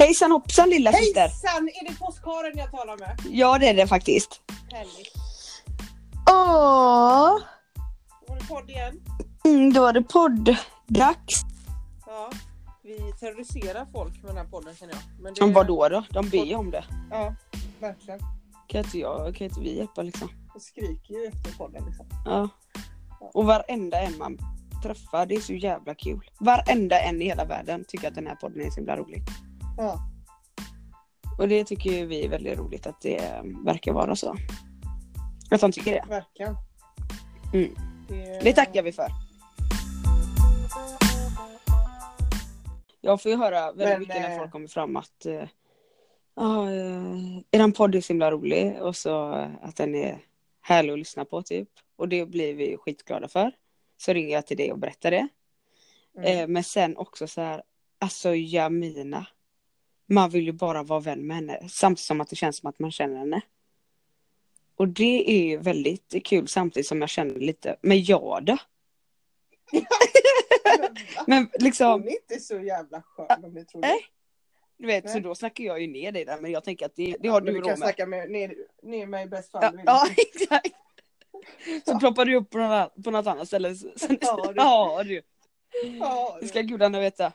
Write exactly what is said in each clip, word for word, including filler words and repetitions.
Hejsan hoppsan lilla syster. Hejsan, är det påskharen jag talar med? Ja, det är det faktiskt. Härligt. Åh, Då var det podd igen. mm, då är det podd-dags. Ja, vi terroriserar folk med den här podden känner jag. Men det Om vad då då? De ber ju om det. Ja, verkligen. Kan inte jag, kan inte vi hjälpa liksom? Jag skriker ju efter podden liksom. Ja. Och varenda en man träffar, det är så jävla kul. Varenda en i hela världen tycker att den här podden är så himla rolig. Ja. Och det tycker ju vi är väldigt roligt att det verkar vara så. Att de tycker det. Verkligen. Mm. Det... Det tackar vi för. Jag får ju höra väldigt Men, mycket när eh, folk kommer fram att uh, uh, är den podd är så himla rolig och så uh, att den är härlig att lyssna på typ. Och det blir vi skitglada för. Så ringer jag till dig och berättar det. Mm. Eh, men sen också så här, alltså Jamina. Man vill ju bara vara vän med henne. Samtidigt som att det känns som att man känner henne. Och det är ju väldigt kul samtidigt som jag känner lite med Jada. Men liksom, Hon är inte så jävla skön om ni tror det. Nej. Du vet, Nej. så då snackar jag ju ner dig där. Men jag tänker att det, det har Men du du kan råd med. snacka med ner, ner mig i bäst fall. Ja, vill ja, jag. exakt. Så ploppar du upp på något, på något annat ställe. Sen, Ja, du. ja, du. Ja, Det ska gudarna veta.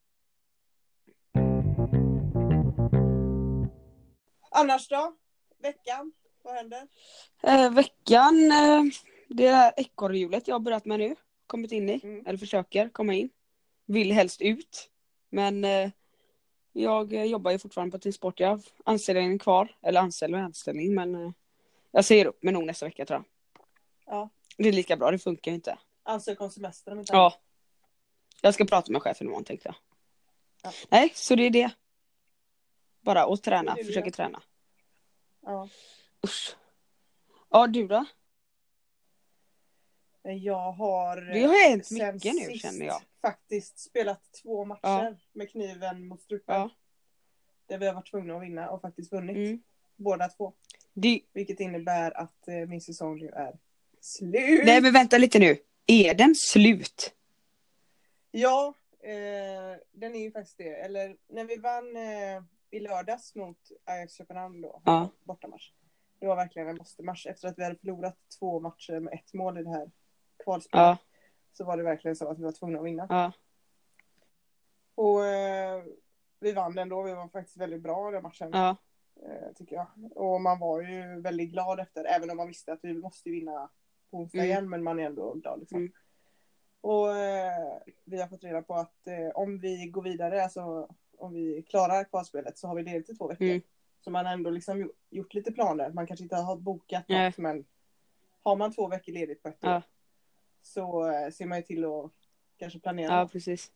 Annars då? Veckan? Vad händer? Eh, veckan, eh, det är ekorrhjulet jag har börjat med nu. Kommit in i, Mm. eller försöker komma in. Vill helst ut. Men eh, jag eh, jobbar ju fortfarande på Teamsport. Jag har anställningen kvar. Eller anställning och anställning. Men eh, jag säger upp mig nog nästa vecka tror jag. Ja. Det är lika bra, det funkar ju inte. Ansök om semester om inte Ja. Jag ska prata med chefen imorgon tänkte jag. Ja. Nej, så det är det. Bara att träna, Det är det. försöka träna. Ja. Usch. Ja, du då? Jag har Det har hänt sen mycket nu sist känner jag. faktiskt spelat två matcher Ja. med kniven mot strupen. Ja. Där vi har varit tvungna att vinna och faktiskt vunnit. Mm. Båda två. Det... Vilket innebär att eh, min säsong nu är slut. Nej men vänta lite nu. Är den slut? Ja, eh, den är ju faktiskt det. Eller när vi vann eh, i lördags mot Ajax Köpenhamn då. Ja. Bortamatch. Det var verkligen en måste-match. Efter att vi hade förlorat två matcher med ett mål i det här kvalspelet. Ja. Så var det verkligen så att vi var tvungna att vinna. Ja. Och eh, vi vann den då. Vi var faktiskt väldigt bra i den matchen. Ja. Eh, tycker jag. Och man var ju väldigt glad efter. Även om man visste att vi måste vinna på onsdag Mm. igen. Men man är ändå glad liksom. Mm. Och eh, vi har fått reda på att eh, om vi går vidare. Alltså om vi klarar kvalspelet. Så har vi ledigt i två veckor. Mm. Så man har ändå liksom gjort, gjort lite planer. Man kanske inte har bokat Nej. något. Men har man två veckor ledigt på ett år. Ja. Så eh, ser man ju till att kanske planera. Ja, precis.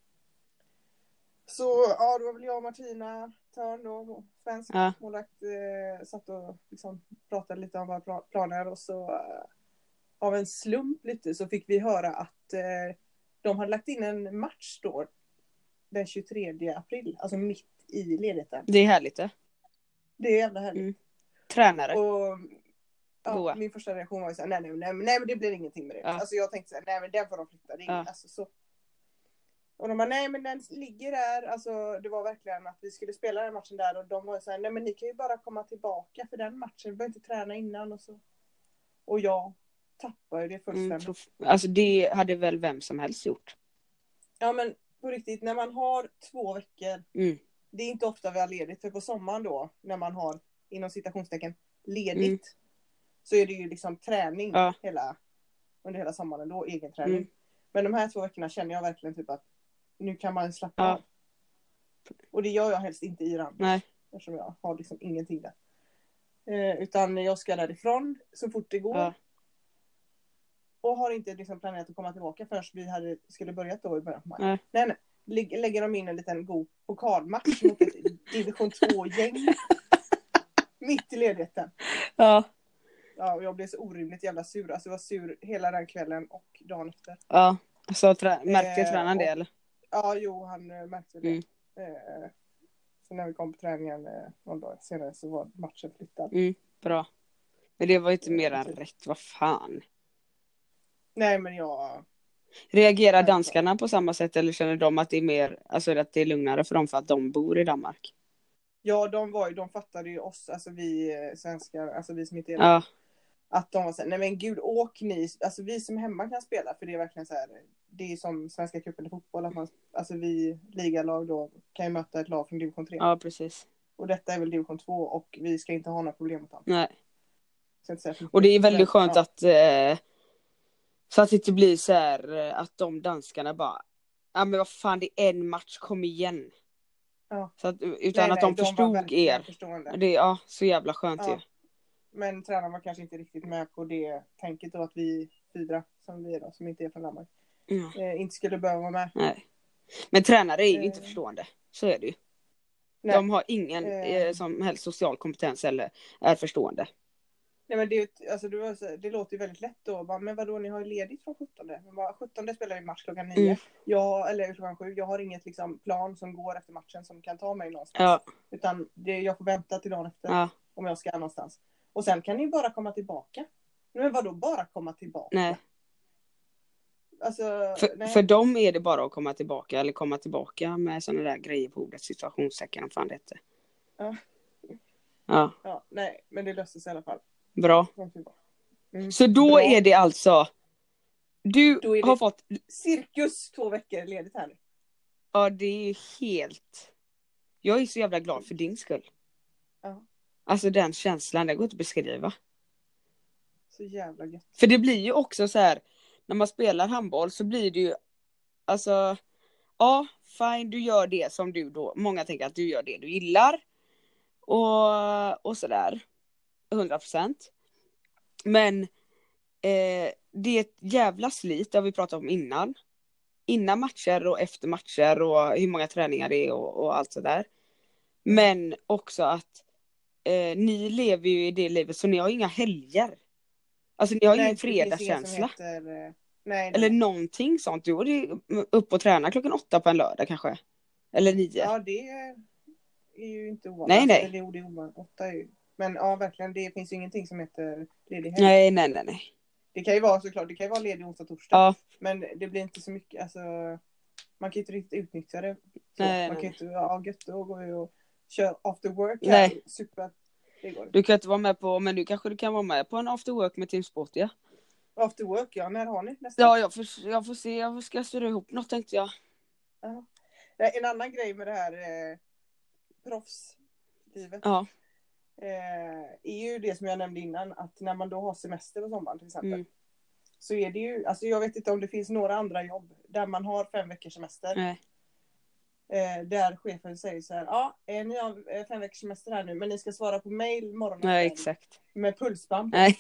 Så ja, det var väl jag och Martina Törn då, svensk Ja. målvakt, eh, satt och liksom pratade lite om våra pla- planer och så eh, av en slump lite så fick vi höra att eh, de hade lagt in en match då den tjugotredje april, alltså mitt i ledigheten. Det är härligt det. Det är jävla härligt. Mm. Tränare. Och ja, Goa. min första reaktion var ju så här, nej, nej, nej, nej men det blir ingenting med det. Ja. Alltså jag tänkte så här, nej men den får de flytta. Det är Ja. inget, alltså, så. Och de bara, nej men den ligger där. Alltså det var verkligen att vi skulle spela den matchen där. Och de var så här, nej men ni kan ju bara komma tillbaka för den matchen. Vi behöver inte träna innan och så. Och jag tappade ju det fullständigt. Mm, tro- alltså det hade väl vem som helst gjort. Ja men på riktigt, när man har två veckor. Mm. Det är inte ofta vi har ledigt. För på sommaren då, när man har inom citationstecken ledigt. Mm. Så är det ju liksom träning Ja. hela, under hela sommaren då, egen träning. Mm. Men de här två veckorna känner jag verkligen typ att nu kan man slappa Ja. av. Och det gör jag helst inte i Randers. Nej. Eftersom jag har liksom ingenting där. Eh, utan jag ska därifrån så fort det går. Ja. Och har inte liksom planerat att komma tillbaka förrän vi hade, skulle börjat då i början på maj. Nej. Nej, nej. Lä- lägger de in en liten god pokalmatch mot ett division två-gäng. Mitt i ledigheten. Ja. Ja, och jag blev så orimligt jävla sur. Alltså jag var sur hela den kvällen och dagen efter. Ja. Så trä- märkte Eh, tränaren det och- eller? Ja, jo, han eh, märkte det. Mm. Eh, så när vi kom på träningen eh, någon dag senare så var matchen flyttad. Mm, bra. Men det var ju inte Mm, mer än precis. rätt, vad fan. Nej, men jag... Reagerar Nej, danskarna på samma sätt eller känner de att det är mer, alltså att det är lugnare för dem för att de bor i Danmark? Ja, de var ju, de fattade ju oss, alltså vi eh, svenskar, alltså vi som inte är Ja. att de var så här, nej men gud, åk ni, alltså vi som är hemma kan spela, för det är verkligen så här, det är som Svenska cupen i fotboll, att man, alltså vi ligalag då kan ju möta ett lag från division tre. Ja, precis. Och detta är väl division två och vi ska inte ha några problem med dem. Nej. Så att säga, Och det är väldigt skönt ja. att eh, så att det inte blir så här eh, att de danskarna bara, ja men vad fan, det är en match, kom igen. Ja. Så att, utan Nej, att nej, de förstod er. förstående. Det är ja, så jävla skönt Ja. ju. Men tränaren var kanske inte riktigt med på det tänket då, att vi fyra som vi är då, som inte är från Danmark, Mm. eh, inte skulle behöva vara med. Nej. Men tränare är ju Eh. inte förstående. Så är det ju. Nej. De har ingen Eh. eh, som helst social kompetens eller är förstående. Nej, men det, alltså, det, var, det låter ju väldigt lätt då. Bara, men vadå, ni har ju ledigt från sjuttonde. Men bara, sjuttonde spelar ju match klockan nio. Mm. Jag, eller klockan sju. Jag har inget liksom, plan som går efter matchen som kan ta mig någonstans. Ja. Utan det, jag får vänta till dagen efter. Ja. Om jag ska någonstans. Och sen kan ni bara komma tillbaka. Men vadå, bara komma tillbaka? Nej. Alltså, För, nej. för dem är det bara att komma tillbaka. Eller komma tillbaka med sådana där grejer på ordet. Situationstecken, vad fan det heter. Ja. Ja. Ja, nej, men det löste sig i alla fall. Bra. Mm. Så då Bra. är det alltså. Du Då är det har fått. cirkus två veckor ledigt här nu. Ja, det är ju helt. Jag är så jävla glad för din skull. Ja. Alltså den känslan, det går inte att beskriva. Så jävla gött. För det blir ju också så här. När man spelar handboll så blir det ju. Alltså. Ja, fine, du gör det som du då. Många tänker att du gör det du gillar. Och, och sådär. hundra procent. Men. Eh, det är ett jävla slit. Det har vi pratat om innan. Innan matcher och efter matcher. Och hur många träningar det är och, och allt sådär. Men också att. Eh, ni lever ju i det livet. Så ni har inga helger. Alltså ni har Nej, ingen det finns inget fredagskänsla. som heter, nej, nej. Eller någonting sånt. Du är upp och träna klockan åtta på en lördag kanske. Eller nio. Ja, det är ju inte ovanligt. Nej, nej. Eller, det är ovanligt. Åtta är ju. Men ja, verkligen. Det finns ju ingenting som heter ledig helg. Nej, nej, nej, nej. Det kan ju vara såklart. Det kan ju vara ledig onsdag, torsdag. Ja. Men det blir inte så mycket. Alltså, man kan ju inte riktigt utnyttja det. Så. Nej, man nej, kan ju inte ja, gött och gå och köra after work. Nej. Här. Super. Det går. Du kan inte vara med på, men du kanske du kan vara med på en after work med Team Sport, ja. After work, ja. När har ni nästa? Ja, jag får, jag får se. Jag ska styra ihop något, tänkte jag. Ja. En annan grej med det här eh, proffslivet. Ja. Eh, är ju det som jag nämnde innan, att när man då har semester och sommaren till exempel, Mm. så är det ju, alltså jag vet inte om det finns några andra jobb där man har fem veckors semester. Nej. Eh, där chefen säger så här, ja, eh, ni har eh, fem veckors semester här nu, men ni ska svara på mail morgon och Nej, kväll exakt. med pulsband. Nej.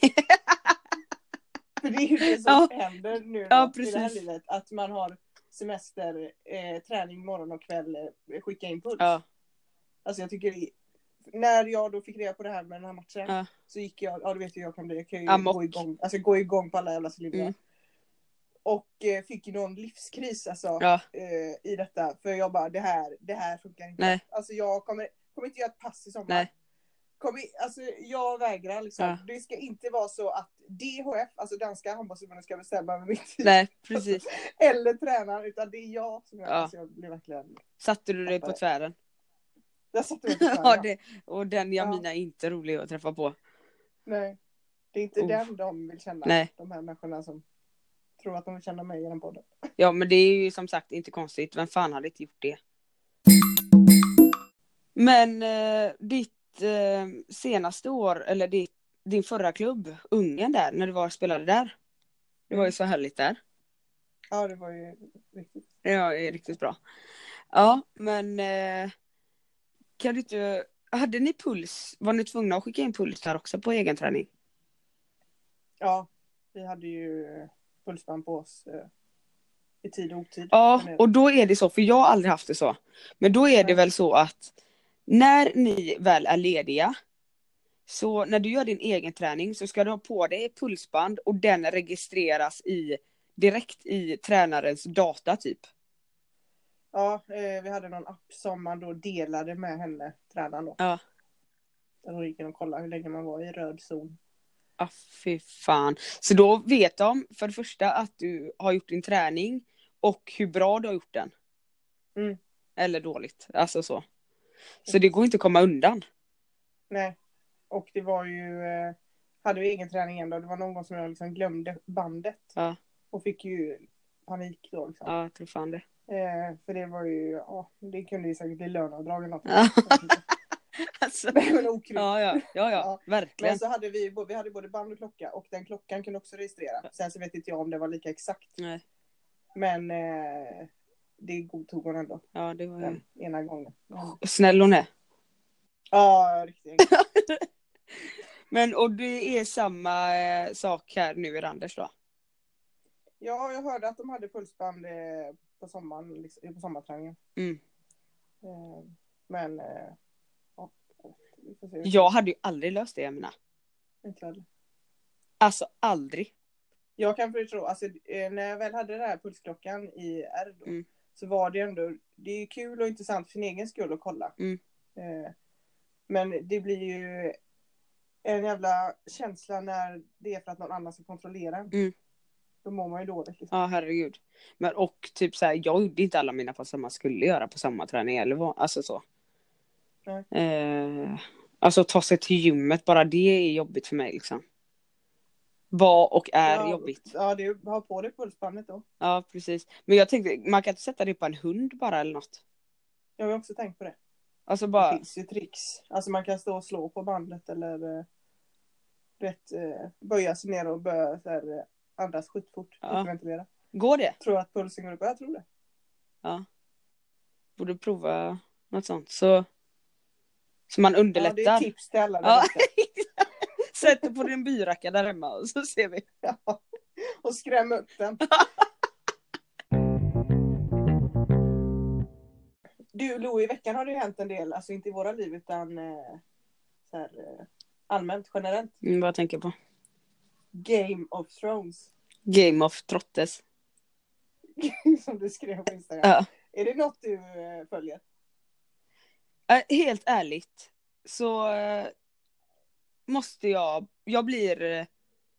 För det är ju det som Ja. händer nu då, Ja, i det här precis. livet, att man har semester, eh, träning morgon och kväll, eh, skicka in puls. Ja. Alltså jag tycker det, när jag då fick reda på det här med den här matchen, Ja. så gick jag, ja du vet ju jag kan bli, jag kan ju Amok. gå igång, alltså gå igång på alla jävla cylindrar. Mm. Och eh, fick ju någon livskris alltså, Ja. eh, i detta, för jag bara, det här, det här funkar inte. Nej. Alltså jag kommer, kommer inte göra ett pass i sommar. Nej. Kommer, alltså jag vägrar liksom. Ja. Det ska inte vara så att D H F, alltså danska handbollsförbundet, ska bestämma över mitt liv. Nej, precis. Eller tränaren, utan det är jag som gör Ja. alltså, jag blir verkligen, Satte du dig på tvären? jag satte mig på Ja, tränaren. det, och den Jamina är inte rolig att träffa på. Nej, det är inte Oh. den de vill känna. Nej. De här människorna som tror att de vill känna mig genom podden. Ja, men det är ju som sagt inte konstigt. Vem fan hade inte gjort det? Men eh, ditt eh, senaste år, eller ditt, din förra klubb, Ungen där, när du var och spelade där. Det var ju så härligt där. Ja, det var ju riktigt. Ja, det är riktigt bra. Ja, men eh, kan du inte, hade ni puls? Var ni tvungna att skicka in puls här också på egen träning? Ja, vi hade ju pulsband på oss eh, i tid och otid. Ja, Men, och då är det så, för jag har aldrig haft det så. Men då är det Nej. väl så att när ni väl är lediga, så när du gör din egen träning så ska du ha på dig ett pulsband och den registreras i direkt i tränarens data typ. Ja, eh, vi hade någon app som man då delade med henne, tränaren då. Ja. Där hon gick in och kollade hur länge man var i röd zon. Ah, fy fan. Så då vet de för det första att du har gjort din träning och hur bra du har gjort den. Mm. Eller dåligt, alltså så. Så det går inte att komma undan. Nej. Och det var ju, eh, hade vi egen träning ändå. Det var någon gång som jag liksom glömde bandet. Ja. Och fick ju panik då liksom. Ja, jag tror fan det. Eh, för det var ju, ja, det kunde ju säkert bli löneavdrag eller något. Ja. Alltså, Men okrut. ja, ja, ja, ja, verkligen. Men så hade vi, vi hade både band och klocka. Och den klockan kunde också registrera. Sen så vet inte jag om det var lika exakt. Nej. Men eh, det godtog hon ändå. Ja, det var ju... Den ena gången. Men... Snäll hon är. Ja, riktigt. Men och det är samma eh, sak här nu i Randers då? Ja, jag hörde att de hade pulsband eh, på sommaren, liksom, på sommarträningen. Mm. Eh, men eh, ja, vi får se. Jag hade ju aldrig löst det, jag menar. Inte heller. Alltså aldrig. Jag kan förstå, alltså eh, när jag väl hade den här pulsklockan i R då, Mm. så var det ändå, det är kul och intressant för sin egen skull att kolla. Mm. Eh, men det blir ju en jävla känsla när det är för att någon annan ska kontrollera. Mm. Då mår man ju dåligt. Liksom. Ja, herregud. Men och typ så här, jag gjorde inte alla mina pass som man skulle göra på samma träning eller vad, alltså så. Nej. Eh, alltså ta sig till gymmet, bara det är jobbigt för mig liksom. Var och är ja, jobbigt. Ja, det har på det pulsbandet då. Ja, precis. Men jag tänkte, man kan inte sätta det på en hund bara eller något. Jag har också tänkt på det. Alltså bara... Det finns ju tricks. Alltså man kan stå och slå på bandet eller eh, rätt, eh, böja sig ner och börja så här, eh, andas skitfort. Ja. Ventilera. Går det? Tror att pulsen går upp? Jag tror det. Ja. Borde prova något sånt. Så, så man underlättar. Ja, det är tips till alla. Ja. Sätt det på din byracka där hemma och så ser vi. Ja. Och skräm upp den. Du Lo, i veckan har det ju hänt en del. Alltså inte i våra liv utan eh, så här, eh, allmänt, generellt. Mm, vad jag tänker på. Game of Thrones. Game of Trottes. Som du skrev på Instagram. Ja. Är det något du eh, följer? Äh, helt ärligt. Så äh, måste jag. Jag blir. Äh,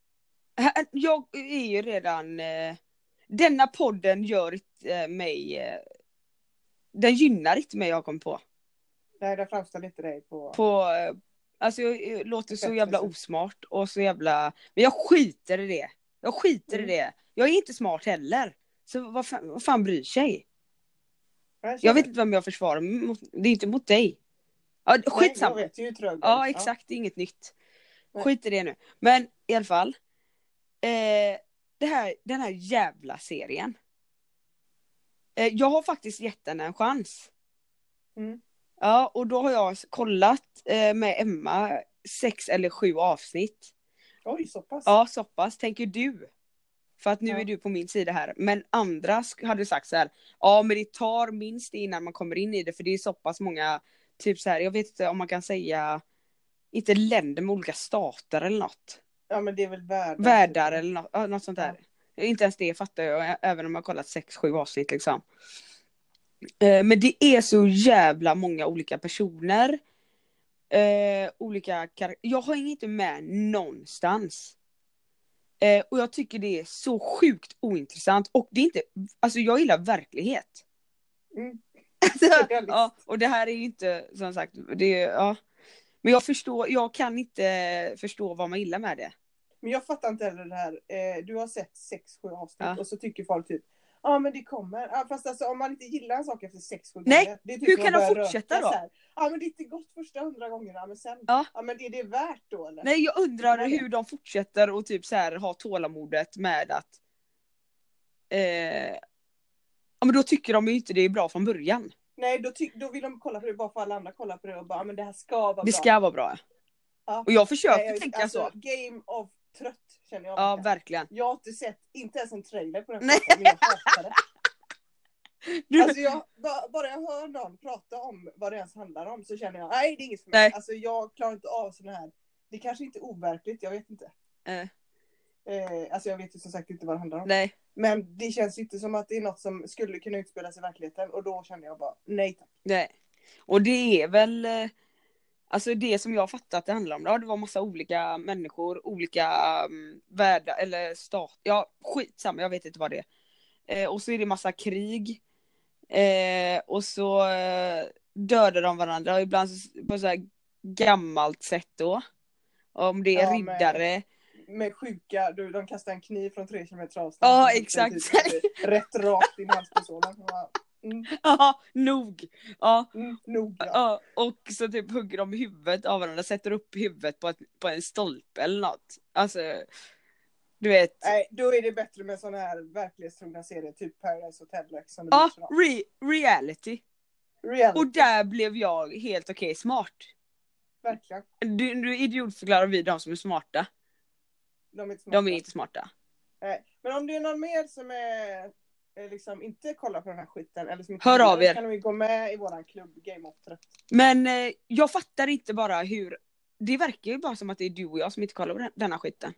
jag är ju redan. Äh, denna podden gör äh, mig. Äh, den gynnar inte mig, jag kom på. Nej, det framställer inte dig på... på äh, alltså jag, jag låter så Bättre jävla så. osmart. Och så jävla. Men jag skiter i det. Jag skiter Mm. i det. Jag är inte smart heller. Så vad fan, vad fan bryr sig? Jag, Jag vet inte vem jag försvarar. Mot, det är inte mot dig. Ja, skitsamma. Nej, jag vet ju trög. Ja, exakt. Det är inget nytt. Nej. Skit i det nu. Men i alla fall. Eh, det här, den här jävla serien. Eh, jag har faktiskt gett den en chans. Mm. Ja, och då har jag kollat eh, med Emma sex eller sju avsnitt. Oj, så pass. Ja, så pass. Tänker du? För att nu Ja. är du på min sida här. Men andra hade sagt så här. Ja, men det tar minst innan man kommer in i det. För det är så pass många. Typ så här. Jag vet inte om man kan säga. Inte länder med olika stater eller något. Ja, men det är väl världar. Världar eller något, ja, något sånt Ja. där. Inte ens det fattar jag. Även om jag har kollat sex sju avsnitt liksom. Eh, men det är så jävla många olika personer. Eh, olika kar- Jag har inte med någonstans. Eh, och jag tycker det är så sjukt ointressant. Och det är inte, alltså jag gillar verklighet. Mm. Ja, och det här är ju inte, som sagt, det är, ja. Men jag förstår, jag kan inte förstå vad man gillar med det. Men jag fattar inte heller det här. Eh, du har sett sex sju avsnitt Ja. och så tycker folk typ ja ah, men det kommer. Ah, fast alltså om man inte gillar en sak efter sex sju Nej, gånger. Det är typ hur som kan att de börja fortsätta röka då? så här. Ja ah, men det är inte gott första hundra gångerna men sen. Ja. ah, men det är det värt då eller? Nej, jag undrar Nej. hur de fortsätter och typ så här ha tålamodet med att eh, ja men då tycker de ju inte det är bra från början. Nej då, ty- då vill de kolla på det bara för alla andra kolla på det och bara ah, men det här ska vara Det bra. ska vara bra. Ja. Och jag försökte Nej, tänka alltså, så. Game of trött känner jag. Ja, verkligen. verkligen. Jag har inte sett, inte ens en trailer på den Nej. filmen, men jag hatar det. Du, Alltså jag, bara, bara jag hör någon prata om vad det ens handlar om så känner jag, nej det är inget för mig. Nej. Alltså jag klarar inte av såna här, det kanske inte är overkligt, jag vet inte. eh, Eh, alltså jag vet ju som sagt inte vad det handlar om. nej. Men det känns inte som att det är något som skulle kunna utspelas i verkligheten och då känner jag bara, nej tack. Nej. Och det är väl eh, alltså det som jag fattat det handlar om. Ja, det var massa olika människor, olika um, världar eller stat. Ja, skitsamma, jag vet inte vad det är. Eh, och så är det massa krig. Eh, och så eh, dödar de varandra och ibland på så här gammalt sätt då. Om det är Ja, riddare. Med, med sjuka, du, de kastar en kniv från tre kilometer avstånd. Ja, Så exakt. typ, rätt rakt in i halspersonen. Mm. Ja, nog. Ja. Mm, nog ja. Ja, och så typ hugger de huvudet av varandra, sätter upp huvudet på, ett, på en stolpe eller något. Alltså, du vet. Nej, då är det bättre med såna här verklighetstrogna serier, typ Paradise Hotel. Liksom, Ja, re- reality. reality. Och där blev jag helt okej, smart. Verkligen. Du, du idiotförklarar vi de som är smarta. De är inte smarta. De är inte smarta. Nej. Men om det är någon mer som är, är liksom inte kollar på den här skiten eller som inte hör av er, kan vi gå med i våran klubb Game of Thrones. Men eh, jag fattar inte bara hur. Det verkar ju bara som att det är du och jag som inte kollar på den, denna skiten.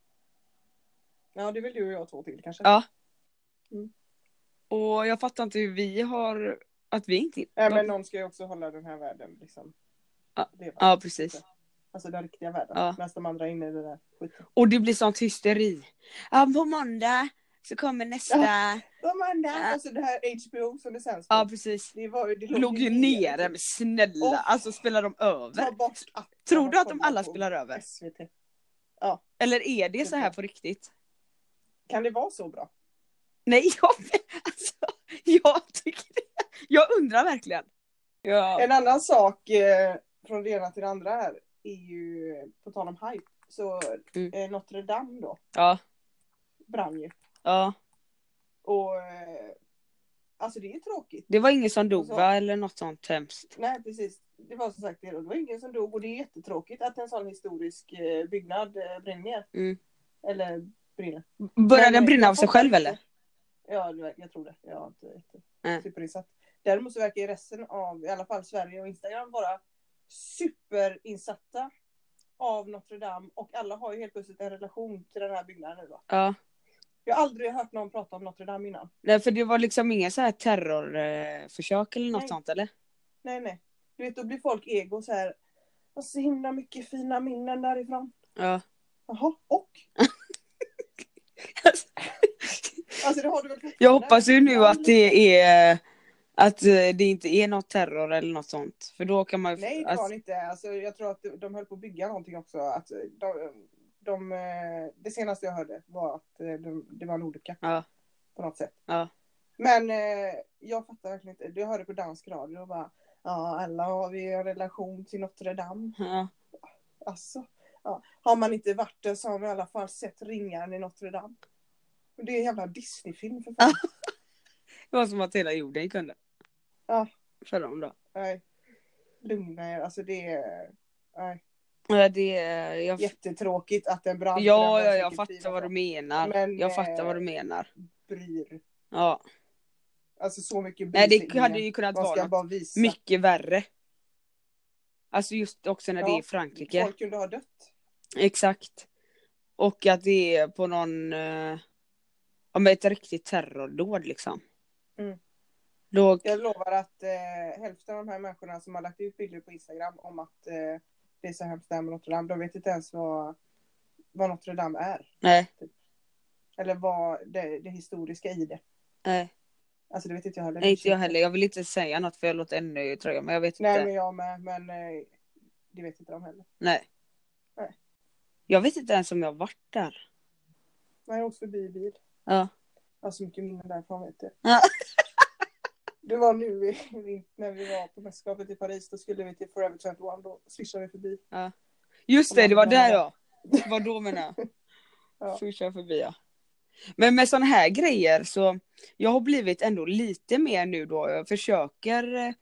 Ja, det är väl du och jag två till kanske. Ja. Mm. Och jag fattar inte hur vi har. Att vi inte. Nej, men någon ska ju också hålla den här världen liksom. Ja, leva. ja precis. Alltså den riktiga världen. Ja. Medan de andra är inne i det där skiten. Och det blir sånt hysteri. Ja, på måndag så kommer nästa. Ja, de andra. Ja. Alltså det här H B O som det sänds på. Ja, precis. Det, var, det låg, låg ju nere, men snälla. Oh. Alltså spelar de över? Ta bort att Tror du att de alla spelar över? S V T. Ja. Eller är det så här på riktigt? Kan det vara så bra? Nej, jag, alltså, jag tycker det. Jag undrar verkligen. Ja. En annan sak eh, från det ena till det andra här är ju, på tal om hype, så Mm. eh, Notre Dame då Ja. brann ju. Ja. Och eh, alltså det är tråkigt. Det var ingen som dog, så, va? Eller något sånt hemskt. Nej, precis. Det var som sagt det. Det var ingen som dog och det är jättetråkigt att en sån historisk eh, byggnad eh, brinner ner. Mm. Eller brinner. Började den Men, brinna jag av sig hoppas själv inte- eller? Ja, det- jag tror det. Jag har inte inte Nej. superinsatt. Däremot så verkar ju resten av i alla fall Sverige och Instagram vara superinsatta av Notre Dame och alla har ju helt plötsligt en relation till den här byggnaden nu då. Ja. Jag har aldrig hört någon prata om Notre Dame innan. Nej, för det var liksom inga så här terrorförsök eller något Nej. sånt, eller? Nej, nej. Du vet, då blir folk ego så här. Och så himla mycket fina minnen därifrån. Ja. Jaha, och? Alltså det har du väl. Jag hoppas ju nu att det är att det inte är något terror eller något sånt. För då kan man ju... Nej, det alltså, var det inte. Alltså, jag tror att de höll på att bygga någonting också. Att de, de, det senaste jag hörde var att de, det var en olycka. Ja. På något sätt. Ja. Men eh, jag fattar verkligen inte. Jag hörde på dansk radio och bara, ja, alla har vi en relation till Notre Dame. Ja. Alltså, ja. Har man inte varit där så har man i alla fall sett ringaren i Notre Dame. Och det är en jävla Disney-film för fan. Det var som att hela jorden gick under. Ja. För dem då. Nej. Lugna er. Alltså det är... Nej. Ja, det är... Jag... Jättetråkigt att den brann. Ja, ja, jag fattar vad du menar. Men, jag fattar eh, vad du menar. Bryr. Ja. Alltså så mycket bryr Nej, sig det hade ingen. ju kunnat Man ska vara bara något visa. mycket värre. Alltså just också när Ja, det är Frankrike. Folk kunde ha dött. Exakt. Och att det är på någon... Eh, om ett riktigt terrordåd liksom. Mm. Då... Jag lovar att eh, hälften av de här människorna som har lagt ut bilder på Instagram om att eh, det är så hemskt där med Notre Dame, de vet inte ens vad, vad Notre Dame är. Nej. Typ. Eller vad det, det historiska i det. Nej. Alltså det vet inte jag heller. Nej, inte jag heller. Jag vill inte säga något för jag låter ännu tröga. Men jag vet Nej, inte. men jag med. Men eh, det vet inte de heller. Nej. Nej. Jag vet inte ens om jag har varit där. Nej, jag åkte förbi i bil. Ja. Jag har så mycket minnen därifrån, vet du. Ja. Det var nu vi, när vi var på mästerskapet i Paris. Då skulle vi till Forever tjugoett. Då swishade vi förbi. Ja. Just det, det var där ja. Det var då menar jag. Ja. Så kör förbi ja. Men med sådana här grejer så jag har blivit ändå lite mer nu då. Jag försöker eh,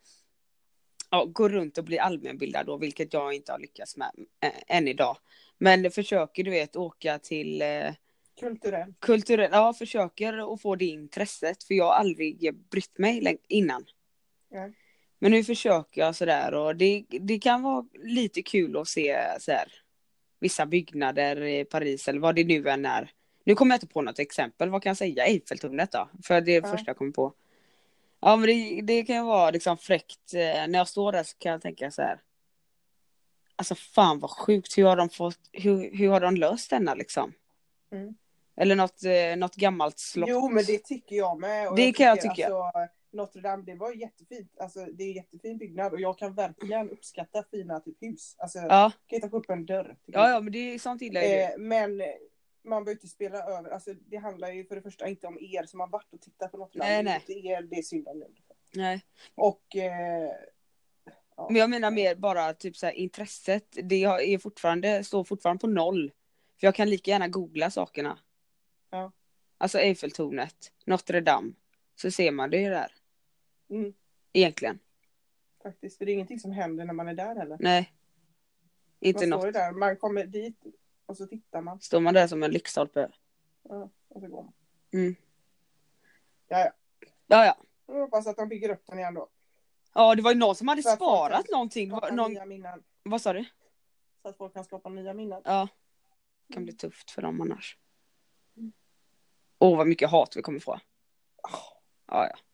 ja, gå runt och bli allmänbildad då, vilket jag inte har lyckats med äh, än idag. Men försöker du vet åka till eh, Kulturell. kulturell, ja försöker att få det intresset för jag har aldrig brytt mig läng- innan. Ja. Men nu försöker jag sådär och det, det kan vara lite kul att se så här, vissa byggnader i Paris eller vad det nu än är. Nu kommer jag inte på något exempel. Vad kan jag säga? Eiffeltornet då? För det är det Ja. första jag kommer på. Ja, men det, det kan vara liksom fräckt. När jag står där så kan jag tänka så här. Alltså fan vad sjukt. Hur har de fått, hur, hur har de löst denna liksom? Mm. Eller något, något gammalt slott. Jo, men det tycker jag med. Och Det jag kan jag tycker, tycka. Alltså, Notre Dame, det var jättefint. Alltså det är en jättefin byggnad och jag kan verkligen uppskatta fina typ hus. Alltså Ja, kan inte få upp en dörr. ja, ja men det är sånt gillar ju du. Eh, men man behöver inte spela över. Alltså det handlar ju för det första inte om er som har varit och tittat på Notre Dame. Nej, nej. Det är, det är synd om nu. Nej. Och eh, ja. Men jag menar mer bara typ så här, intresset. Det har- är fortfarande, står fortfarande på noll. För jag kan lika gärna googla sakerna. Ja. Alltså Eiffeltornet, Notre Dame. Så ser man det där. Mm, Egentligen. faktiskt. För det är ingenting som händer när man är där heller. Nej. Inte Man något. står ju där. Man kommer dit och så tittar man. Står man där som en lyktstolpe. Ja, och så går man. Mm. Ja, ja. Ja, ja. Jag hoppas att de bygger upp den igen då. Ja, det var ju någon som hade Så att folk sparat kan någonting. Det var skapa någon... nya minnen. Vad sa du? Så att folk kan skapa nya minnen. Ja. Det kan bli tufft för dem annars. Åh, vad mycket hat vi kommer få. Ja, ja.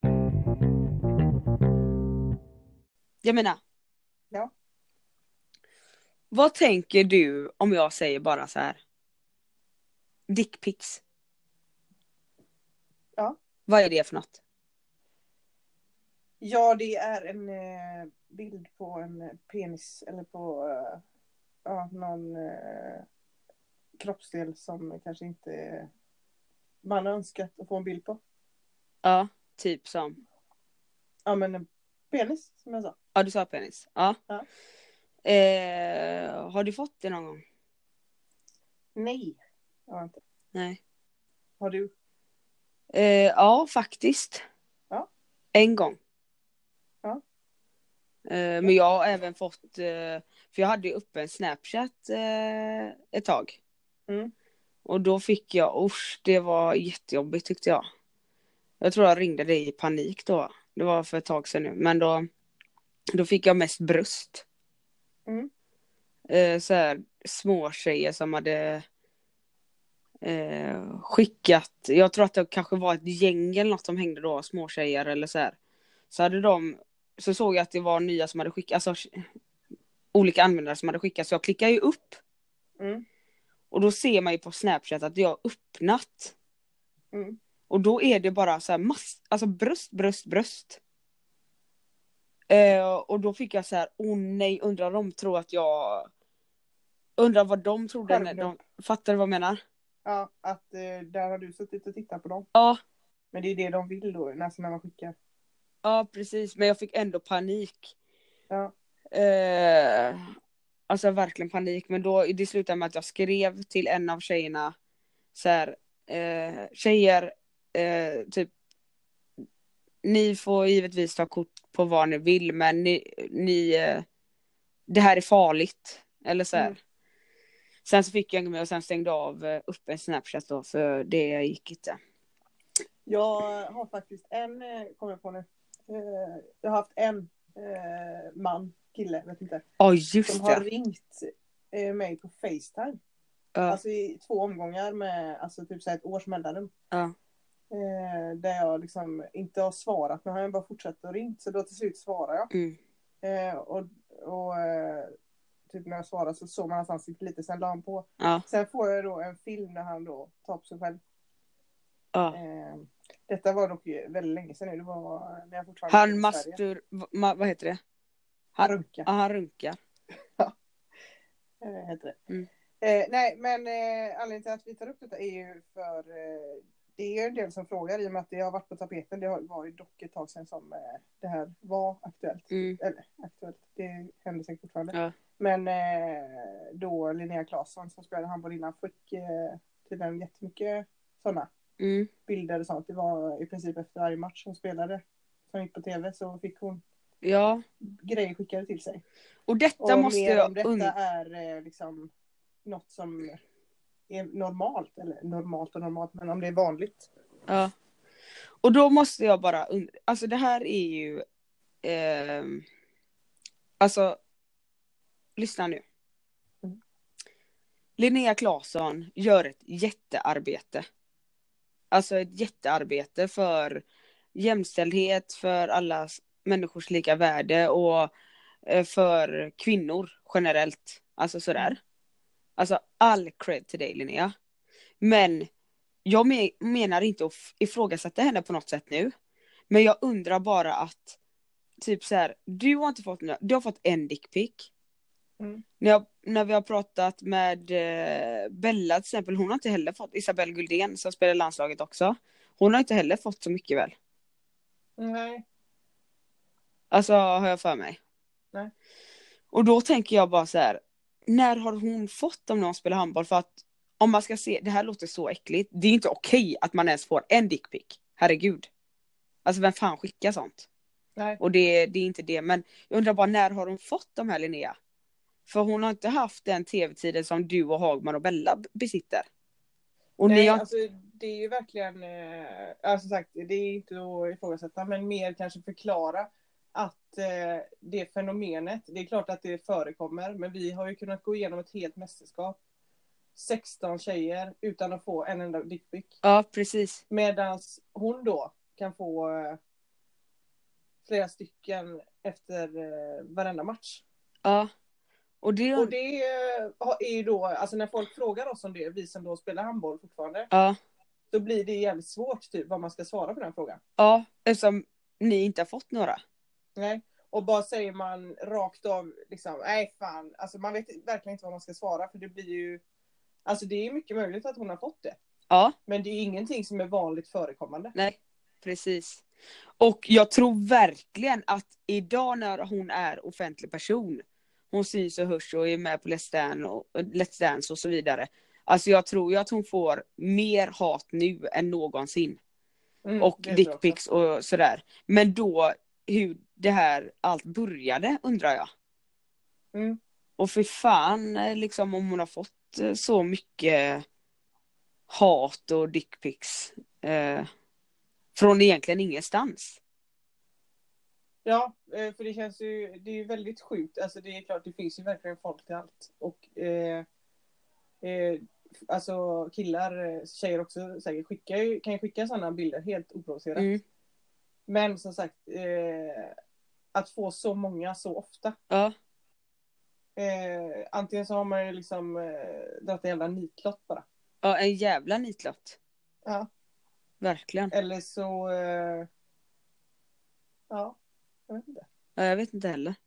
Jag menar. Ja. Vad tänker du om jag säger bara så här? Dickpics. Ja. Vad är det för något? Ja, det är en eh, bild på en penis eller på eh, ja, någon eh, kroppsdel som kanske inte man har önskat att få en bild på. Ja, typ som. Ja, men en penis som jag sa. Ja, du sa penis. Ja. Ja. Eh, har du fått det någon gång? Nej, jag har inte. Nej. Har du? Eh, ja, faktiskt. Ja. En gång. Ja. Eh, men jag har även fått, eh, för jag hade ju uppe en Snapchat eh, ett tag. Mm. Och då fick jag, usch, det var jättejobbigt tyckte jag. Jag tror jag ringde dig i panik då. Det var för ett tag sedan nu. Men då, då fick jag mest bröst. Mm. Eh, så här små tjejer som hade eh, skickat. Jag tror att det kanske var ett gäng eller något som hängde då. Små tjejer eller så här. Så hade de, så såg jag att det var nya som hade skickat. Alltså olika användare som hade skickat. Så jag klickade ju upp. Mm. Och då ser man ju på Snapchat att jag har öppnat. Mm. Och då är det bara så här mass, alltså bröst, bröst, bröst. Eh, och då fick jag så här, åh nej, undrar de tror att jag... Undrar vad de trodde när de... Fattar du vad jag menar? Ja, att eh, där har du suttit och tittat på dem. Ja. Men det är det de vill då, nästan när man skickar. Ja, precis. Men jag fick ändå panik. Ja. Eh, alltså verkligen panik. Men då, det slutade med att jag skrev till en av tjejerna så här, eh, tjejer, eh, typ, ni får givetvis ta kort på vad ni vill, men ni, ni eh, det här är farligt. Eller så här. Mm. Sen så fick jag med och sen stängde av eh, upp en Snapchat då, för det gick inte. Jag har faktiskt en, eh, kommer jag på nu. Eh, jag har haft en eh, man, kille, vet inte. Ja, oh, just som det. har ringt eh, mig på FaceTime. Ja. Alltså i två omgångar med alltså typ så här ett års mellanrum. Ja. Eh, där jag liksom inte har svarat, men har jag bara fortsatt att ringt. Så då till slut svarar jag. Mm. Eh, och och eh, typ när jag svarar så såg man att han sitter lite, sen la han på. Ja. Sen får jag då en film när han då tar på sig själv. Ja. Eh, detta var dock väldigt länge sedan nu. Det var när jag fortfarande Han mastur... Ma, vad heter det? Han runkar. Ja, han runkar. Eh, heter det. Mm. Eh, nej, men eh, anledningen till att vi tar upp detta är ju för eh, det är ju en del som frågar i och med att det har varit på tapeten. Det var ju dock ett tag sedan som eh, det här var aktuellt. Mm. Eller aktuellt, det händer säkert fortfarande. Ja. Men eh, då Linnea Claesson som spelade handboll innan fick eh, tydligen jättemycket sådana Mm. bilder och sånt. Det var i princip efter varje match som spelade som gick på tv så fick hon Ja. grejer skickade till sig. Och detta Och måste mer jag... om detta Und- är eh, liksom något som är normalt, eller normalt och normalt, men om det är vanligt. Ja. Och då måste jag bara... Und- alltså det här är ju... Eh, alltså... Lyssna nu. Mm. Linnea Claesson gör ett jättearbete. Alltså ett jättearbete för jämställdhet, för alla människors lika värde och eh, för kvinnor generellt. Alltså sådär. Mm. Alltså all cred till dig, Linnea. Men jag me- menar inte att ifrågasätta henne på något sätt nu. Men jag undrar bara att typ så här, du har inte fått några, du har fått en dickpic. Mm. När, jag, när vi har pratat med eh, Bella till exempel, hon har inte heller fått, Isabelle Guldén som spelar i landslaget också. Hon har inte heller fått så mycket väl. Nej. Alltså har jag för mig. Nej. Och då tänker jag bara så här, när har hon fått om någon spelar handboll? För att om man ska se, det här låter så äckligt. Det är inte okej att man ens får en dickpic. Herregud. Alltså vem fan skickar sånt? Nej. Och det, det är inte det. Men jag undrar bara, när har hon fått de här, Linnea? För hon har inte haft den tv-tiden som du och Hagman och Bella besitter. Och Nej, ni har... alltså det är ju verkligen, eh, alltså sagt, det är inte att ifrågasätta, men mer kanske förklara att eh, det fenomenet, det är klart att det förekommer, men vi har ju kunnat gå igenom ett helt mästerskap, sexton tjejer utan att få en enda dickpic. Ja, precis. Medan hon då kan få eh, flera stycken efter eh, varenda match. Ja. Och det... Och det är ju då, alltså när folk frågar oss om det, vi som då spelar handboll fortfarande, Ja. då blir det jävligt svårt typ vad man ska svara på den frågan. Ja, eftersom ni inte har fått några. Nej, och bara säger man rakt av liksom, nej fan, alltså man vet verkligen inte vad man ska svara, för det blir ju, alltså det är mycket möjligt att hon har fått det. Ja. Men det är ingenting som är vanligt förekommande. Nej, precis. Och jag tror verkligen att idag när hon är offentlig person, hon syns och hörs och är med på Let's Dance och, Let's Dance och så vidare. Alltså jag tror ju att hon får mer hat nu än någonsin. Mm, och det tror jag dickpics och sådär. Men då hur det här allt började undrar jag. Mm. Och för fan eh, liksom om hon har fått eh, så mycket hat och dickpics eh, från egentligen ingenstans. Ja, eh, för det känns ju, det är ju väldigt sjukt. Alltså det är klart, det finns ju verkligen folk till allt. Och eh, eh, alltså killar, eh, tjejer också säkert skickar ju, kan ju skicka sådana bilder helt oprovocerat. Mm. Men som sagt, eh, att få så många så ofta. Ja. Eh, antingen så har man ju liksom eh, dragit en jävla nitlott bara. Ja, en jävla nitlott. Ja. Verkligen. Eller så eh, ja, jag vet inte. Ja, jag vet inte heller.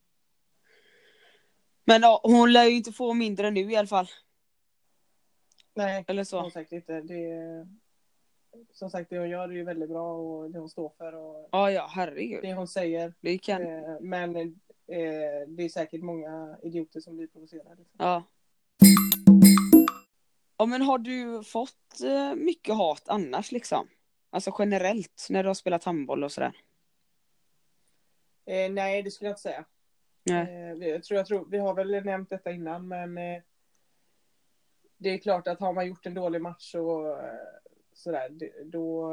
Men ja, hon lär ju inte få mindre nu i alla fall. Nej, eller så. Som sagt inte. Det är, som sagt, det hon gör är ju väldigt bra och det hon står för och ja, ja, herregud. det hon säger. Det kan... Eh, men eh, det är säkert många idioter som blir provocerade. Liksom. Ja. Ja, men har du fått eh, mycket hat annars liksom? Alltså generellt när du har spelat handboll och sådär? Eh, nej, det skulle jag inte säga. Nej. Eh, vi, jag tror, jag tror, vi har väl nämnt detta innan, men eh, det är klart att har man gjort en dålig match och eh, sådär, det, då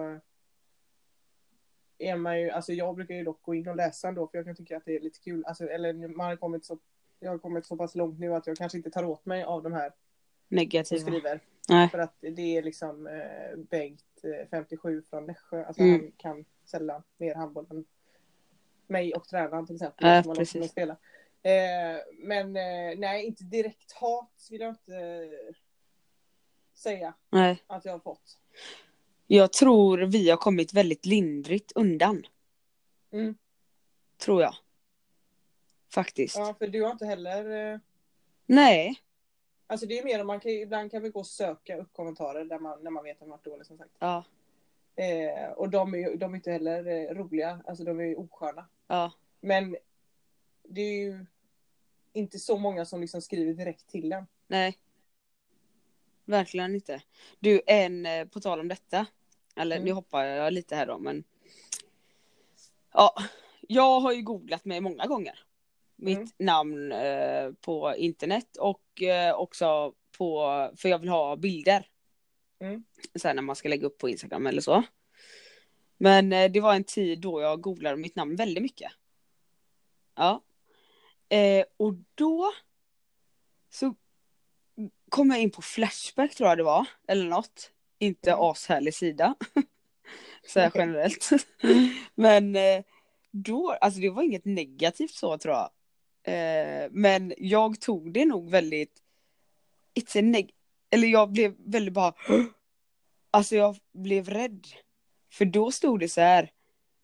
är man ju, alltså jag brukar ju dock gå in och läsa ändå, för jag kan tycka att det är lite kul. Alltså, eller man har kommit så, jag har kommit så pass långt nu att jag kanske inte tar åt mig av de här Negativa. som skriver. Nej. För att det är liksom eh, Bengt eh, femtiosju från Nässjö. Alltså Mm. han kan sällan mer handboll än mig och tränaren till exempel. Ja, som man precis. också spela. Eh, men eh, nej, inte direkt hat vill jag inte eh, säga Nej. att jag har fått. Jag tror vi har kommit väldigt lindrigt undan. Mm. Tror jag. Faktiskt. Ja, för du har inte heller... Eh, Nej. alltså det är mer om man kan, ibland kan vi gå och söka upp kommentarer där man, när man vet att man varit dålig som sagt. Ja. Eh, och de är ju de är inte heller eh, roliga, alltså de är ju osköna. Ja. Men det är ju inte så många som liksom skriver direkt till den. Nej. Verkligen inte. Du, en eh, på tal om detta. Eller Mm. nu hoppar jag lite här då, men ja, jag har ju googlat mig många gånger. Mitt Mm. namn eh, på internet och eh, också på, för jag vill ha bilder. Mm. Så här när man ska lägga upp på Instagram eller så. Men eh, det var en tid då jag googlade mitt namn väldigt mycket. Ja. Eh, och då så kom jag in på Flashback tror jag det var. Eller något. Inte Mm. ashärlig sida. Så här generellt. Men eh, då, alltså det var inget negativt så tror jag. Eh, men jag tog det nog väldigt it's a neg- eller jag blev väldigt bara alltså jag blev rädd. För då stod det så här: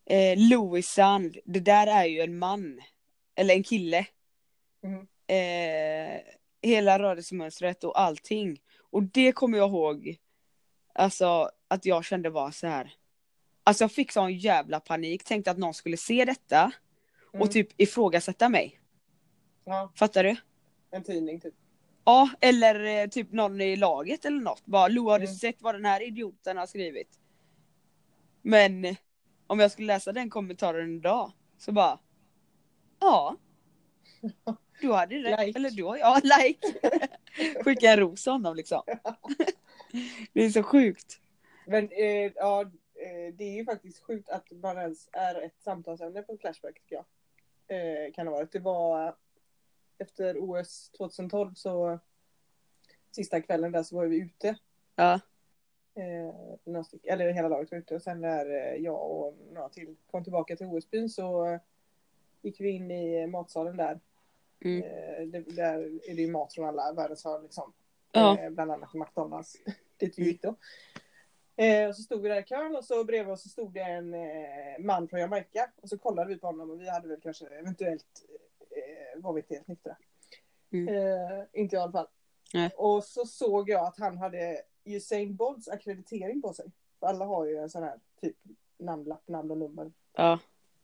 Eh, Louis Sand, det där är ju en man. Eller en kille. Mm. Eh, hela rörelsemönstret och allting. Och det kommer jag ihåg. Alltså att jag kände var så här. Alltså jag fick sån jävla panik. Tänkte att någon skulle se detta. Och Mm. typ ifrågasätta mig. Ja, Fattar du? en tidning typ. Ja, eller eh, typ någon i laget eller något. Bara, Lo, har du Mm. sett vad den här idioten har skrivit? Men eh, om jag skulle läsa den kommentaren idag. Så bara. Ja. Du hade rätt. Like. Eller du har ja, like. Skicka en ros till honom liksom. Det är så sjukt. Men eh, ja, eh, det är ju faktiskt sjukt att man ens är ett samtalsämne på Flashback tycker jag. Eh, kan det vara. Det var efter O S tjugohundratolv så sista kvällen där så var vi ute. Ja. Eh, några styck, eller hela laget var ute och sen när eh, jag och några till kom tillbaka till O S-byn så eh, gick vi in i matsalen där. Mm. Eh, det, där är det ju mat från alla världens hörn liksom. Ja. Eh, bland annat McDonalds. Dit vi gick då. Eh, och så stod vi där i kön och så bredvid oss så stod det en eh, man från Jamaica. Och så kollade vi på honom och vi hade väl kanske eventuellt eh, var vi inte helt nyktra. Mm. Eh, inte jag i alla fall. Nej. Och så såg jag att han hade Usain Bolts akkreditering på sig. För alla har ju en sån här typ namnlapp, namn och nummer. Ja.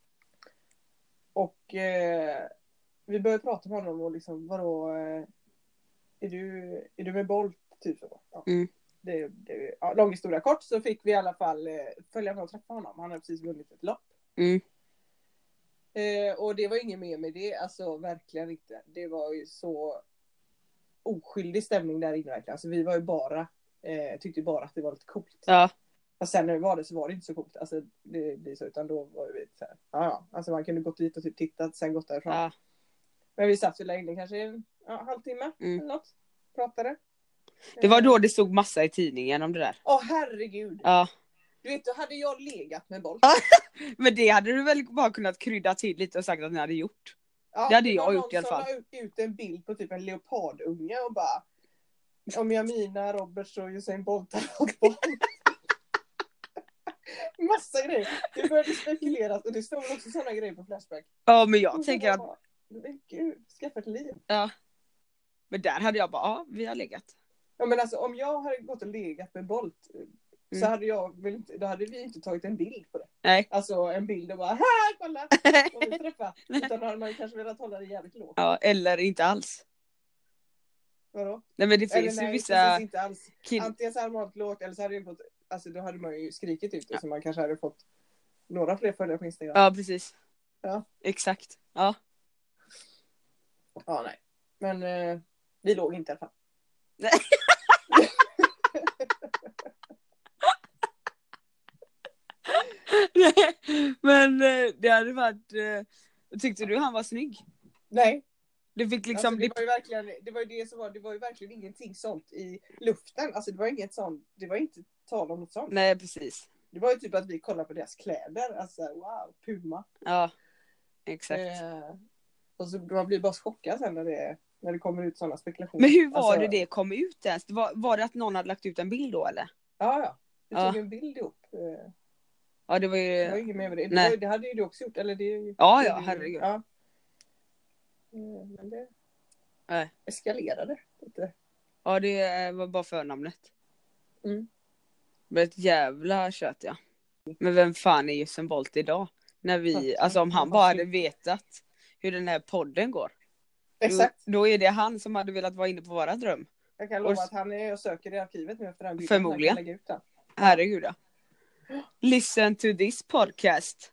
Och eh, vi började prata med honom och liksom vadå eh, är du, är du med Bolt typ så? Ja. Mm. Det, det, ja, lång historia kort så fick vi i alla fall eh, följa med och träffa honom. Han hade precis vunnit ett lopp. Mm. Eh, och det var inget mer med det. Alltså verkligen inte. Det var ju så oskyldig stämning där inne verkligen. Alltså vi var ju bara eh, tyckte ju bara att det var lite coolt. Ja. Och sen när det var det så var det inte så coolt. Alltså det blir så utan då var vi så här. Ja ja. Alltså man kunde gått dit och typ tittat sen gått därifrån. Ja. Men vi satt ju där inne kanske en ja, halvtimme Mm. eller något. Pratade. Det var då det stod massa i tidningen om det där. Åh herregud. Ja. Du vet, då hade jag legat med Bolt. Men det hade du väl bara kunnat krydda till lite och sagt att ni hade gjort. Ja, det hade var jag någon gjort i alla som fall. la ut, ut en bild på typ en leopardunge och bara om jag mina Roberts och Usain Bolt har fått barn. Massa grejer. Det började spekuleras och det stod också sådana grejer på Flashback. Ja, men jag Och så tänker att bara, men gud, skaffa ett liv. ja. Men där hade jag bara, ja, vi har legat. Ja men alltså om jag hade gått och legat med Bolt så Mm. hade jag väl inte, då hade vi inte tagit en bild på det. Nej. Alltså en bild och bara, här kolla! Och vi träffar. Utan då hade man kanske velat hålla det jävligt lågt. Ja, eller inte alls. Vadå? Nej, men det Eller finns ju nej, vissa precis inte alls. kill... Antingen så hade man hållit lågt eller så hade det gått, alltså då hade man ju skrikit ut det Ja. så man kanske hade fått några fler följare på Instagram. Ja, precis. Ja. Exakt. Ja. Ja, nej. Men eh, vi låg inte i alla fall. Men eh, det hade varit eh, tyckte du han var snygg? Nej. Du fick liksom Alltså, det var ju verkligen, det var ju det som var, det var ju verkligen ingenting sånt i luften. Alltså det var inget sånt, det var inte tal om något sånt. Nej, precis. Det var ju typ att vi kollade på deras kläder. Alltså wow, Puma. Ja. Exakt. Eh, och så man blir bara chockad sen när det, när det kommer ut sådana spekulationer. Men hur var alltså, det det kom ut ens? Det var, var det att någon hade lagt ut en bild då eller? Ja, ja. Vi tog Ja. en bild ihop. Eh, Ja, det var ju... det var inget mer med det. Det, Nej. var, det hade ju du också gjort. Eller det, Ja, det, ja, herregud. Ja. Eh, Men det Nej. eskalerade lite. Ja, det var bara förnamnet. Mm. Det var ett jävla kött, ja. Men vem fan är Usain Bolt idag? När vi, alltså om han bara hade vetat hur den här podden går. Exakt. Då, då är det han som hade velat vara inne på våra dröm. Jag kan lova Och- att han är och söker i arkivet nu efter den bilden. Förmodligen. Han kan lägga ut den. Herregud, ja. Listen to this podcast.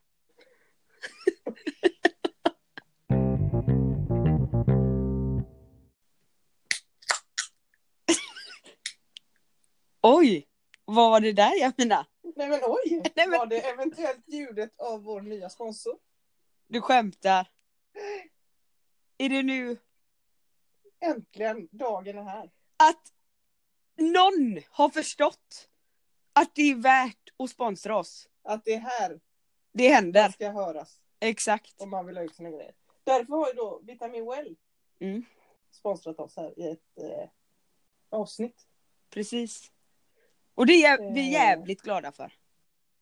Oj, vad var det där, Jamina? Nej men oj! Nej, men- Var det eventuellt ljudet av vår nya sponsor? Du skämtar. Är det nu Äntligen, dagen är här. att någon har förstått att det är värt att sponsra oss? Att det är här Det det händer. ska höras Exakt. om man vill ha ut sina grejer. Därför har ju då Vitamin Well Mm. sponsrat oss här i ett eh, avsnitt. Precis. Och det är vi Eh. jävligt glada för.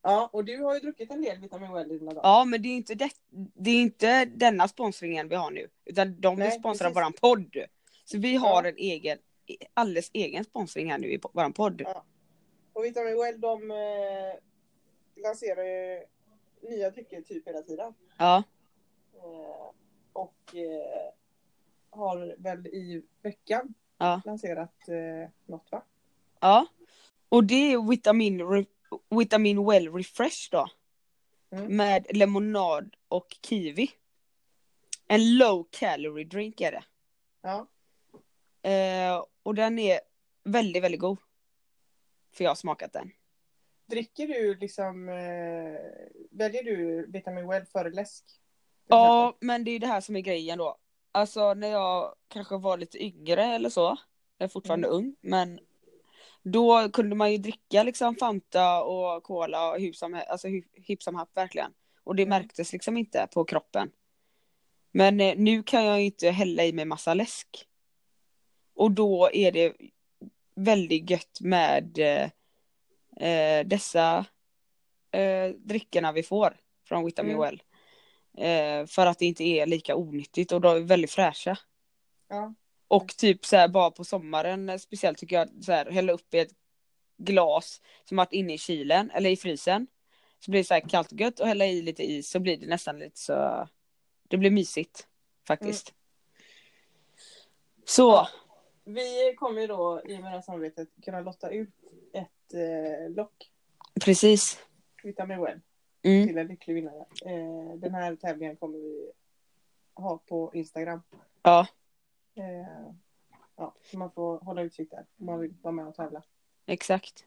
Ja, och du har ju druckit en del Vitamin Well i dina dagar. Ja, men det är inte, det, det är inte denna sponsringen vi har nu. Utan de vill Nej, sponsra precis. våran podd. Så vi har Ja. en egen, alldeles egen sponsring här nu i våran podd. Ja. Och Vitamin Well, de eh, lanserar ju nya drycker typ hela tiden. Ja. Eh, och eh, har väl i veckan Ja. lanserat eh, något, va? Ja. Och det är vitamin, re, vitamin Well Refresh då. Mm. Med lemonad och kiwi. En low calorie drink är det. Ja. Eh, och den är väldigt, väldigt god. För jag har smakat den. Dricker du liksom, eh, väljer du Vitamin Well före läsk? Till Ja, exempel? men det är det här som är grejen då. Alltså när jag kanske var lite yngre eller så. Jag är fortfarande Mm. ung, men då kunde man ju dricka liksom Fanta och Cola och hipp som, alltså hipp som happ verkligen. Och det Mm. märktes liksom inte på kroppen. Men eh, nu kan jag ju inte hälla i mig massa läsk. Och då är det väldigt gött med eh, eh, dessa eh, dryckerna vi får från Vitamin Mm. Well. Eh, för att det inte är lika onyttigt och de är väldigt fräscha. Ja. Och typ så här bara på sommaren eh, speciellt tycker jag så här, hälla upp i ett glas som varit inne i kylen eller i frysen. Så blir det så här kallt och gött och hälla i lite is så blir det nästan lite så det blir mysigt faktiskt. Mm. Så. Ja. Vi kommer ju då i med det här samarbetet kunna lotta ut ett eh, lock. Precis. Vitamin Well. Mm. Till en lycklig vinnare. Eh, den här tävlingen kommer vi ha på Instagram. Ja. Eh, ja, så man får hålla utsikt där om man vill vara med och tävla. Exakt.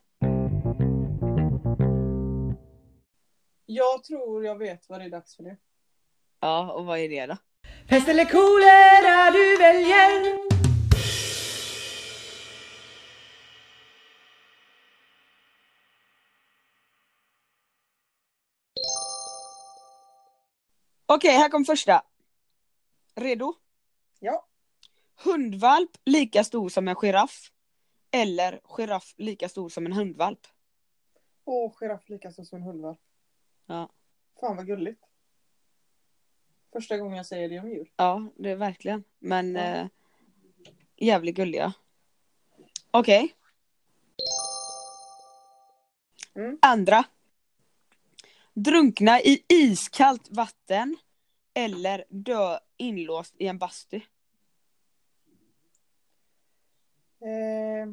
Jag tror jag vet vad det är dags för nu. Ja, och vad är det då? Pest eller kolera du väljer. Okej, här kommer första. Redo? Ja. Hundvalp lika stor som en giraff. Eller giraff lika stor som en hundvalp. Åh, giraff lika stor som en hundvalp. Ja. Fan vad gulligt. Första gången jag säger det om djur. Ja, det är verkligen. Men Ja. eh, jävligt gulliga. Okej. Mm. Andra. Drunkna i iskallt vatten. Eller dö inlåst i en bastu. Eh,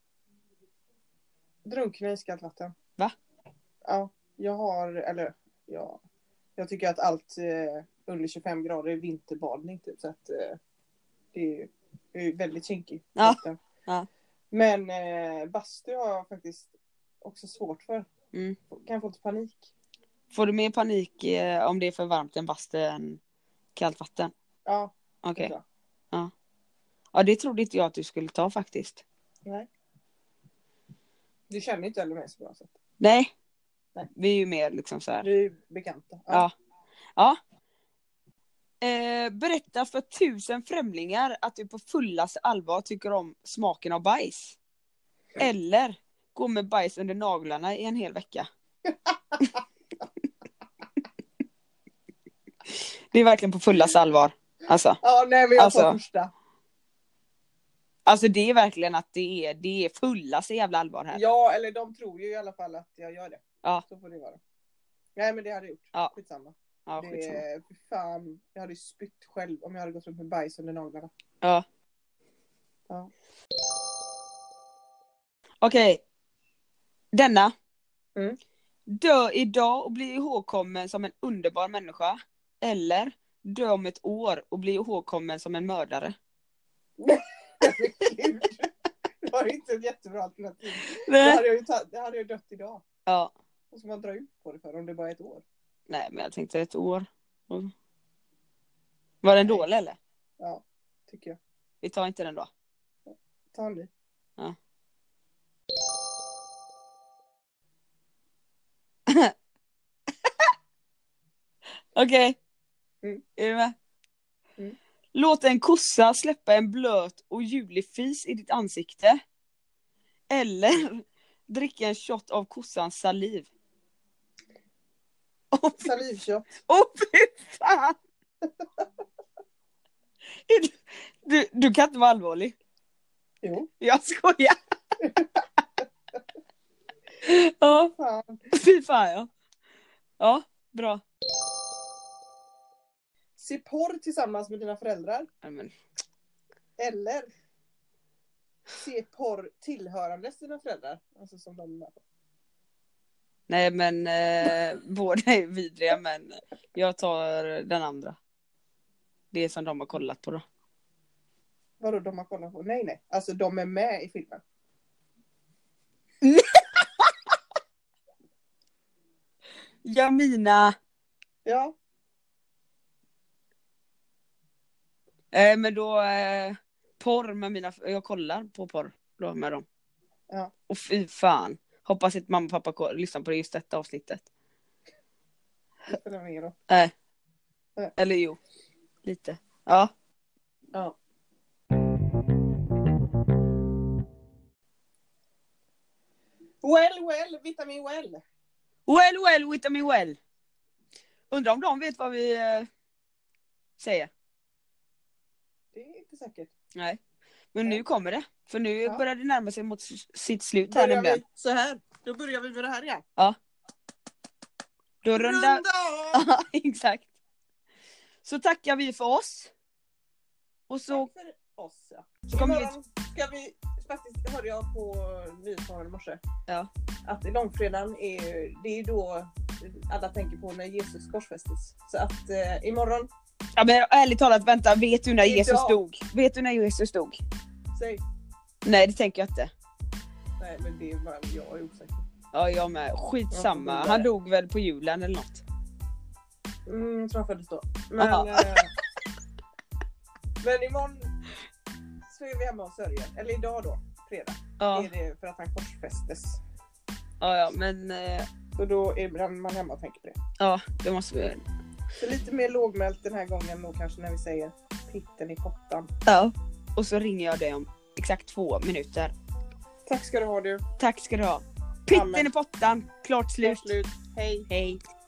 drunkna i iskallt vatten. Va? Ja, jag har, eller ja, jag tycker att allt eh, under tjugofem grader är vinterbadning typ, så att eh, det är, det är väldigt kinkigt. Ja. Ja. Men eh, bastu har jag faktiskt också svårt för. Mm. Kan få lite panik. Får du mer panik eh, om det är för varmt i en bastu än kallt vatten? Ja. Okej. Okay. Ja. Ja, det trodde inte jag att du skulle ta faktiskt. Nej. Du känner inte heller mig så bra. Så. Nej. Nej. Vi är ju mer liksom så här. Vi är bekanta. Ja. Ja. Eh, berätta för tusen främlingar att du på fullaste allvar tycker om smaken av bajs. Eller gå med bajs under naglarna i en hel vecka. Det är verkligen på fullaste allvar. Alltså. Ja, nej, men jag alltså, tar första. Alltså det är verkligen att det är, det är fullaste jävla allvar här. Ja, eller de tror ju i alla fall att jag gör det. Ja. Så får det vara. Nej, men det hade jag gjort. Ja. Skitsamma. Ja, det skitsamma. är, för fan, jag hade spytt själv om jag hade gått runt med bajs under naglarna. Ja. Ja. Okej. Okay. Denna. Mm. Dö idag och bli ihågkommen som en underbar människa. Eller dö om ett år och bli ihågkommen som en mördare. Det var inte ett jättebra alternativ. Nej. Det hade jag ju ta- det hade jag dött idag. Ja. Vad ska man dra ut på det för om det bara är ett år? Nej, men jag tänkte ett år. Var den dålig eller? Ja, tycker jag. Vi tar inte den då. Ta en ny. Ja. Okej. Okay. Mm. Är du med? Mm. Låt en kossa släppa en blöt och ljuvlig fis i ditt ansikte. Eller dricka en shot av kossans saliv. Åh, fy- Salivshot. åh fy fan! Är du, du, du kan inte vara allvarlig. Jo, Jag skojar. Ja, fan. fy fan ja. Ja, bra. Se porr tillsammans med dina föräldrar. Ja, men, Eller se porr tillhörandes dina föräldrar. Alltså som de är med på. nej men eh, båda är vidriga, men jag tar den andra. Det är som de har kollat på då. Vadå de har kollat på? Nej nej. Alltså de är med i filmen. Jamina. Ja. Eh, men då eh, porr med mina, jag kollar på porr då med dem. Ja. Och fy fan. Hoppas inte mamma och pappa ko- lyssnar på just detta avsnittet. Det spelar ingen roll. Nej. Nej. Eller jo. Lite. Ja. Ja. Well well, vitamin well. Well well vitamin well. Undrar om de vet vad vi eh, säger. Det är inte säkert. Nej. Men nu kommer det. För nu Ja. börjar det närma sig mot s- sitt slut här Börjar nämligen. vi så här. Då börjar vi med det här igen. Då runda... Runda av! Ja, exakt. Så tackar vi för oss. Och så Tack för oss. Ja. Så kommer vi- Imorgon ska vi, faktiskt hörde jag på nyhetsmorgon i morse. Ja. Att långfredagen är, det är då alla tänker på när Jesus korsfästes. Så att eh, imorgon, Ja, men ärligt talat, vänta, vet du när Idag. Jesus dog? Vet du när Jesus dog? säg. Nej, det tänker jag inte. Nej men det är bara, jag är osäker. Ja, jag med. Skitsamma. Jag får Han det. dog väl på julen eller något. Mm, jag tror han föddes då. Men, Aha. eh, men imorgon så är vi hemma och sörjer. Eller idag då, fredag. Ja, Är det för att han korsfästes. ja, ja men eh, Så då är man hemma och tänker på det. ja, det måste vi. Så lite mer lågmält den här gången då kanske när vi säger pitten i pottan. Ja. Och så ringer jag dig om exakt två minuter. Tack ska du ha du. Tack ska du ha. Pitten Amen. i pottan. Klart slut. Slut. Hej. Hej.